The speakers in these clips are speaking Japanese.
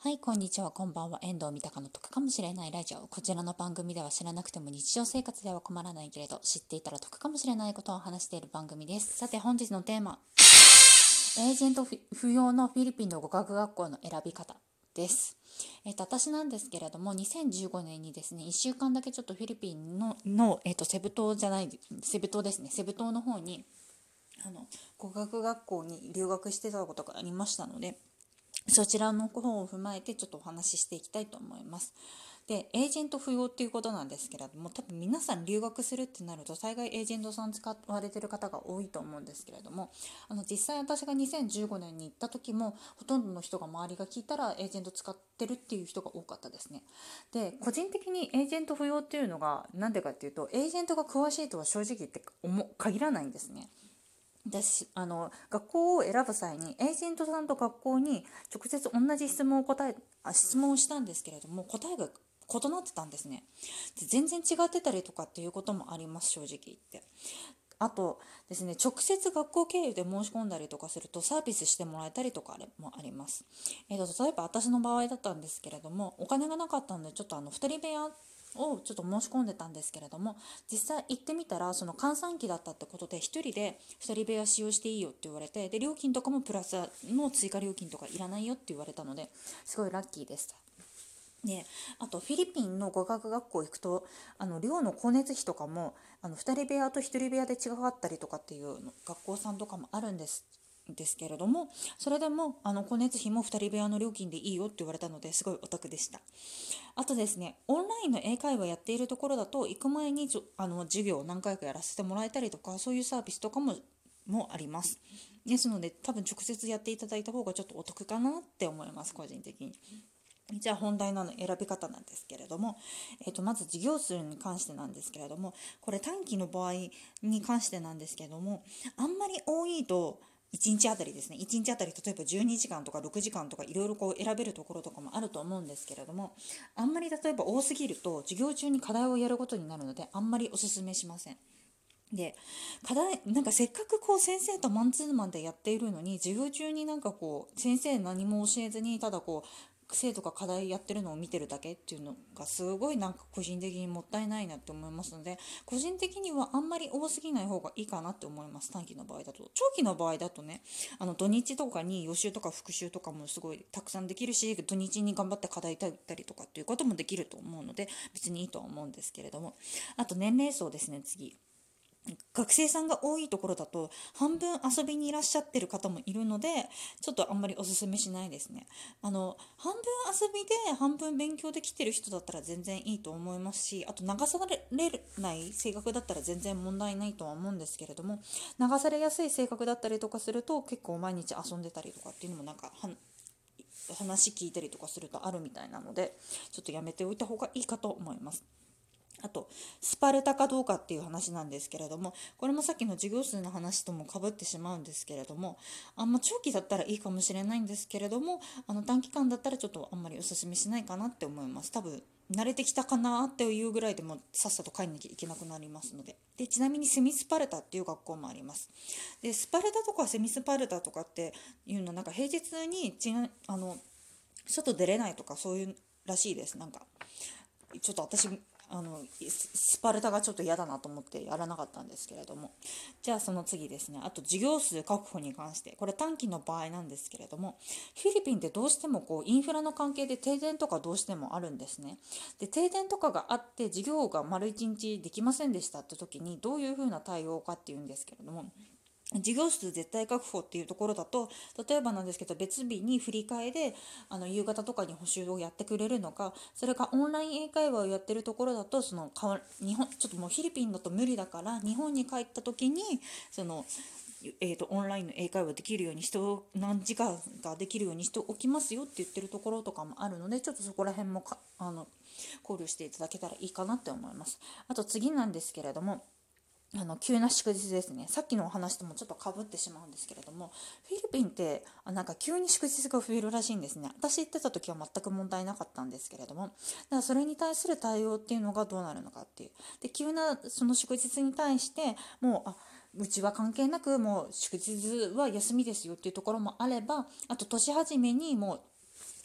はい、こんにちは、こんばんは。遠藤三鷹の得かもしれないラジオ。こちらの番組では知らなくても日常生活では困らないけれど、知っていたら得かもしれないことを話している番組です。さて、本日のテーマ、エージェント不要のフィリピンの語学学校の選び方です。私なんですけれども、2015年にですね、1週間だけちょっとフィリピンのセブ島ですね、セブ島の方に語学学校に留学してたことがありましたので、そちらの方を踏まえてちょっとお話ししていきたいと思います。で、エージェント不要っていうことなんですけれども、多分皆さん留学するってなると大概エージェントさん使われてる方が多いと思うんですけれども、実際私が2015年に行った時もほとんどの人が周りが聞いたらエージェント使ってるっていう人が多かったですね。で、個人的にエージェント不要っていうのがなんでかっていうと、エージェントが詳しいとは正直言って限らないんですね。学校を選ぶ際にエージェントさんと学校に直接同じ質問をしたんですけれども、答えが異なってたんですね。で、全然違ってたりとかっていうこともあります、正直言って。あとですね、直接学校経由で申し込んだりとかするとサービスしてもらえたりとかもあります。例えば私の場合だったんですけれども、お金がなかったのでちょっと2人部屋をちょっと申し込んでたんですけれども、実際行ってみたらその閑散期だったってことで1人で2人部屋使用していいよって言われて、で料金とかもプラスの追加料金とかいらないよって言われたので、すごいラッキーでした。で、あとフィリピンの語学学校行くと寮の光熱費とかも2人部屋と1人部屋で違かったりとかっていう学校さんとかもあるんですけれども、それでも光熱費も2人部屋の料金でいいよって言われたので、すごいお得でした。あとですね、オンラインの英会話やっているところだと行く前に授業を何回かやらせてもらえたりとか、そういうサービスとかもあります。ですので多分直接やっていただいた方がちょっとお得かなって思います、個人的に。じゃあ本題の選び方なんですけれども、まず事業数に関してなんですけれども、これ短期の場合に関してなんですけれども、あんまり多いと1日あたりですね、1日あたり例えば12時間とか6時間とかいろいろ選べるところとかもあると思うんですけれども、あんまり例えば多すぎると授業中に課題をやることになるので、あんまりおすすめしません。で、なんかせっかく先生とマンツーマンでやっているのに、授業中になんか先生何も教えずにただ生徒が課題やってるのを見てるだけっていうのがすごいなんか個人的にもったいないなって思いますので、個人的にはあんまり多すぎない方がいいかなって思います。短期の場合だと。長期の場合だとね、土日とかに予習とか復習とかもすごいたくさんできるし、土日に頑張って課題解いたりとかっていうこともできると思うので、別にいいとは思うんですけれども、あと年齢層ですね。次、学生さんが多いところだと半分遊びにいらっしゃってる方もいるので、ちょっとあんまりおすすめしないですね。半分遊びで半分勉強できてる人だったら全然いいと思いますし、あと流されない性格だったら全然問題ないとは思うんですけれども、流されやすい性格だったりとかすると結構毎日遊んでたりとかっていうのもなんか話聞いたりとかするとあるみたいなので、ちょっとやめておいた方がいいかと思います。あとスパルタかどうかっていう話なんですけれども、これもさっきの授業数の話ともかぶってしまうんですけれども、長期だったらいいかもしれないんですけれども、短期間だったらちょっとあんまりおすすめしないかなって思います。多分慣れてきたかなっていうぐらいでもさっさと帰んなきゃいけなくなりますので。で、ちなみにセミスパルタっていう学校もあります。で、スパルタとかセミスパルタとかっていうのはなんか平日に外出れないとかそういうらしいです。なんかちょっと私スパルタがちょっと嫌だなと思ってやらなかったんですけれども、じゃあその次ですね、あと授業数確保に関して、これ短期の場合なんですけれども、フィリピンってどうしてもインフラの関係で停電とかどうしてもあるんですね。で、停電とかがあって授業が丸1日できませんでしたって時にどういうふうな対応かっていうんですけれども、授業数絶対確保っていうところだと、例えばなんですけど別日に振り替えで夕方とかに補習をやってくれるのか、それかオンライン英会話をやってるところだと日本ちょっともうフィリピンだと無理だから日本に帰った時にオンラインの英会話できるように何時間かできるようにしておきますよって言ってるところとかもあるので、ちょっとそこら辺も考慮していただけたらいいかなって思います。あと次なんですけれども、急な祝日ですね。さっきのお話ともちょっとかぶってしまうんですけれども、フィリピンってなんか急に祝日が増えるらしいんですね。私行ってた時は全く問題なかったんですけれども、だからそれに対する対応っていうのがどうなるのかっていう。で、急なその祝日に対してもううちは関係なくもう祝日は休みですよっていうところもあれば、あと年始めにもう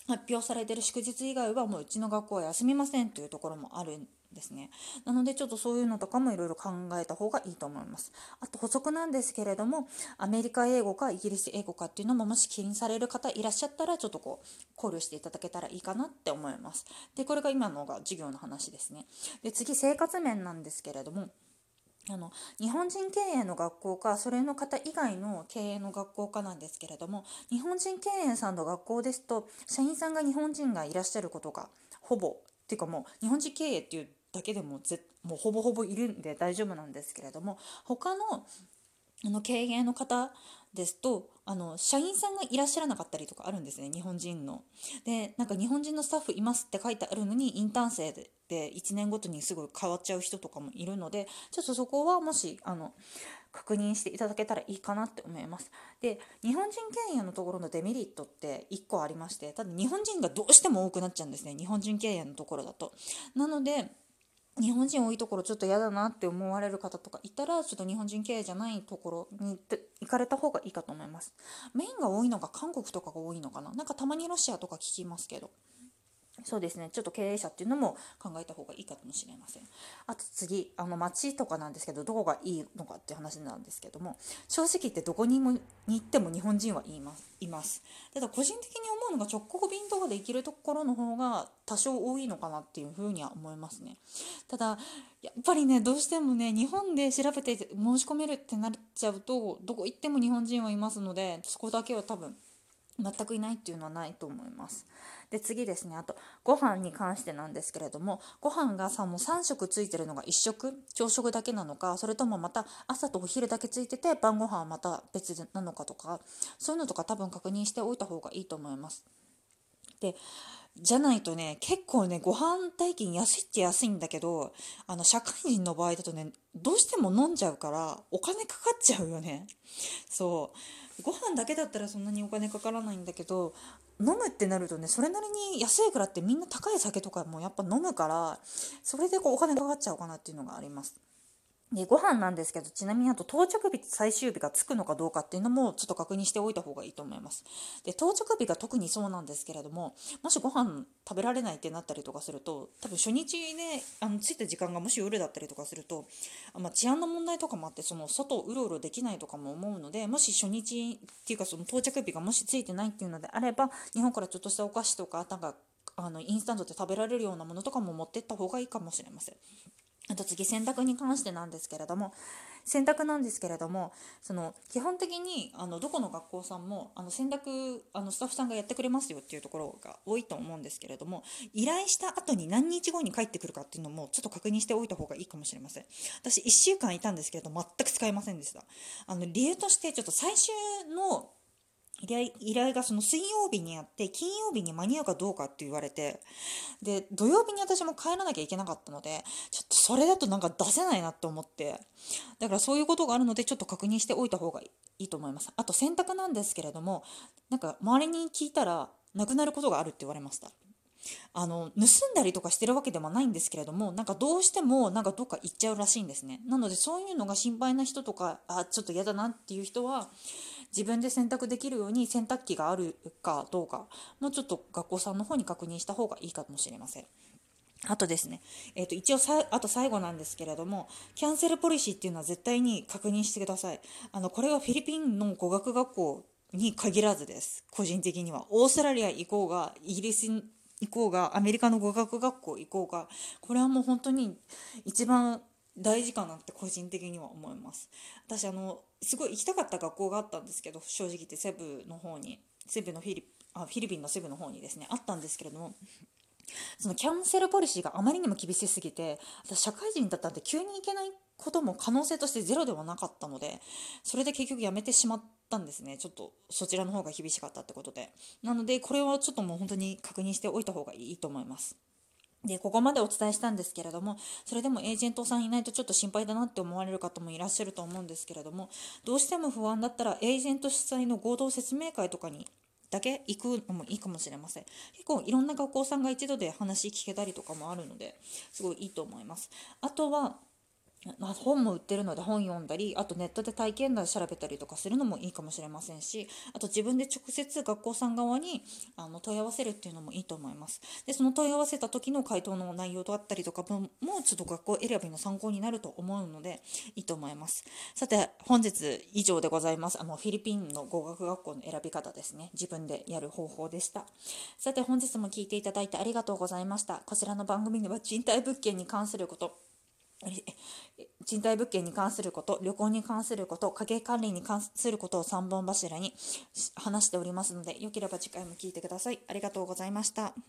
発表されている祝日以外はもううちの学校は休みませんというところもあるんですね。なのでちょっとそういうのとかもいろいろ考えた方がいいと思います。あと補足なんですけれども、アメリカ英語かイギリス英語かっていうのももし気にされる方いらっしゃったらちょっと考慮していただけたらいいかなって思います。でこれが今のが授業の話ですね。で次生活面なんですけれども、日本人経営の学校かそれの方以外の経営の学校かなんですけれども、日本人経営さんの学校ですと社員さんが日本人がいらっしゃることがほぼっていうか、もう日本人経営っていうだけでももうほぼほぼいるんで大丈夫なんですけれども、他の経営の方ですと社員さんがいらっしゃらなかったりとかあるんですね、日本人の。でなんか日本人のスタッフいますって書いてあるのにインターン生で1年ごとにすぐ変わっちゃう人とかもいるので、ちょっとそこはもし確認していただけたらいいかなって思います。で日本人経営のところのデメリットって1個ありまして、ただ日本人がどうしても多くなっちゃうんですね、日本人経営のところだと。なので日本人多いところちょっと嫌だなって思われる方とかいたら、ちょっと日本人経営じゃないところに行かれた方がいいかと思います。メインが多いのが韓国とかが多いのかな、なんかたまにロシアとか聞きますけど、そうですね、ちょっと経営者っていうのも考えた方がいいかもしれません。あと次町とかなんですけど、どこがいいのかっていう話なんですけども、正直言ってどこに行っても日本人はいます。ただ個人的に思うのが直行便とかで行けるところの方が多少多いのかなっていうふうには思いますね。ただやっぱりね、どうしてもね、日本で調べて申し込めるってなっちゃうとどこ行っても日本人はいますので、そこだけは多分全くいないっていうのはないと思います。で次ですね、あとご飯に関してなんですけれども、ご飯がもう3食ついてるのが1食朝食だけなのか、それともまた朝とお昼だけついてて晩ご飯はまた別なのかとか、そういうのとか多分確認しておいた方がいいと思います。でじゃないとね、結構ね、ご飯代金安いっちゃ安いんだけど、社会人の場合だとね、どうしても飲んじゃうからお金かかっちゃうよね。そうご飯だけだったらそんなにお金かからないんだけど、飲むってなるとね、それなりに安いからってみんな高い酒とかもやっぱ飲むから、それでお金かかっちゃうかなっていうのがあります。でご飯なんですけど、ちなみにあと到着日最終日がつくのかどうかっていうのもちょっと確認しておいた方がいいと思います。で到着日が特にそうなんですけれども、もしご飯食べられないってなったりとかすると、多分初日ね着いた時間がもし夜だったりとかすると、治安の問題とかもあって、その外をうろうろできないとかも思うので、もし初日っていうかその到着日がもしついてないっていうのであれば、日本からちょっとしたお菓子とかなんかインスタントで食べられるようなものとかも持ってった方がいいかもしれません。あと次洗濯に関してなんですけれども、その基本的にどこの学校さんも洗濯スタッフさんがやってくれますよっていうところが多いと思うんですけれども、依頼した後に何日後に帰ってくるかっていうのもちょっと確認しておいた方がいいかもしれません。私1週間いたんですけれど全く使えませんでした。理由としてちょっと最終の依頼がその水曜日にあって、金曜日に間に合うかどうかって言われて、で土曜日に私も帰らなきゃいけなかったので、ちょっとそれだとなんか出せないなって思って、だからそういうことがあるのでちょっと確認しておいた方がいいと思います。あと洗濯なんですけれども、なんか周りに聞いたらなくなることがあるって言われました。盗んだりとかしてるわけでもないんですけれども、なんかどうしてもなんかどっか行っちゃうらしいんですね。なのでそういうのが心配な人とか、ちょっと嫌だなっていう人は自分で洗濯できるように洗濯機があるかどうかもうちょっと学校さんの方に確認した方がいいかもしれません。あとですね、一応あと最後なんですけれども、キャンセルポリシーっていうのは絶対に確認してください。これはフィリピンの語学学校に限らずです。個人的にはオーストラリア行こうがイギリス行こうがアメリカの語学学校行こうが、これはもう本当に一番大事かなって個人的には思います。私すごい行きたかった学校があったんですけど、正直言ってセブの方にセブのフィリピンのセブの方にですねあったんですけれども、そのキャンセルポリシーがあまりにも厳しすぎて、私社会人だったんで急に行けないことも可能性としてゼロではなかったので、それで結局やめてしまったんですね。ちょっとそちらの方が厳しかったってことで。なのでこれはちょっともう本当に確認しておいた方がいいと思います。でここまでお伝えしたんですけれども、それでもエージェントさんいないとちょっと心配だなって思われる方もいらっしゃると思うんですけれども、どうしても不安だったらエージェント主催の合同説明会とかにだけ行くのもいいかもしれません。結構いろんな学校さんが一度で話聞けたりとかもあるので、すごいいいと思います。あとは本も売ってるので本読んだり、あとネットで体験談調べたりとかするのもいいかもしれませんし、あと自分で直接学校さん側に問い合わせるっていうのもいいと思います。でその問い合わせた時の回答の内容だったりとかもちょっと学校選びの参考になると思うのでいいと思います。さて本日以上でございます。フィリピンの語学学校の選び方ですね、自分でやる方法でした。さて本日も聞いていただいてありがとうございました。こちらの番組では賃貸物件に関すること、賃貸物件に関すること、旅行に関すること、家計管理に関することを3本柱に話しておりますので、よければ次回も聞いてください。ありがとうございました。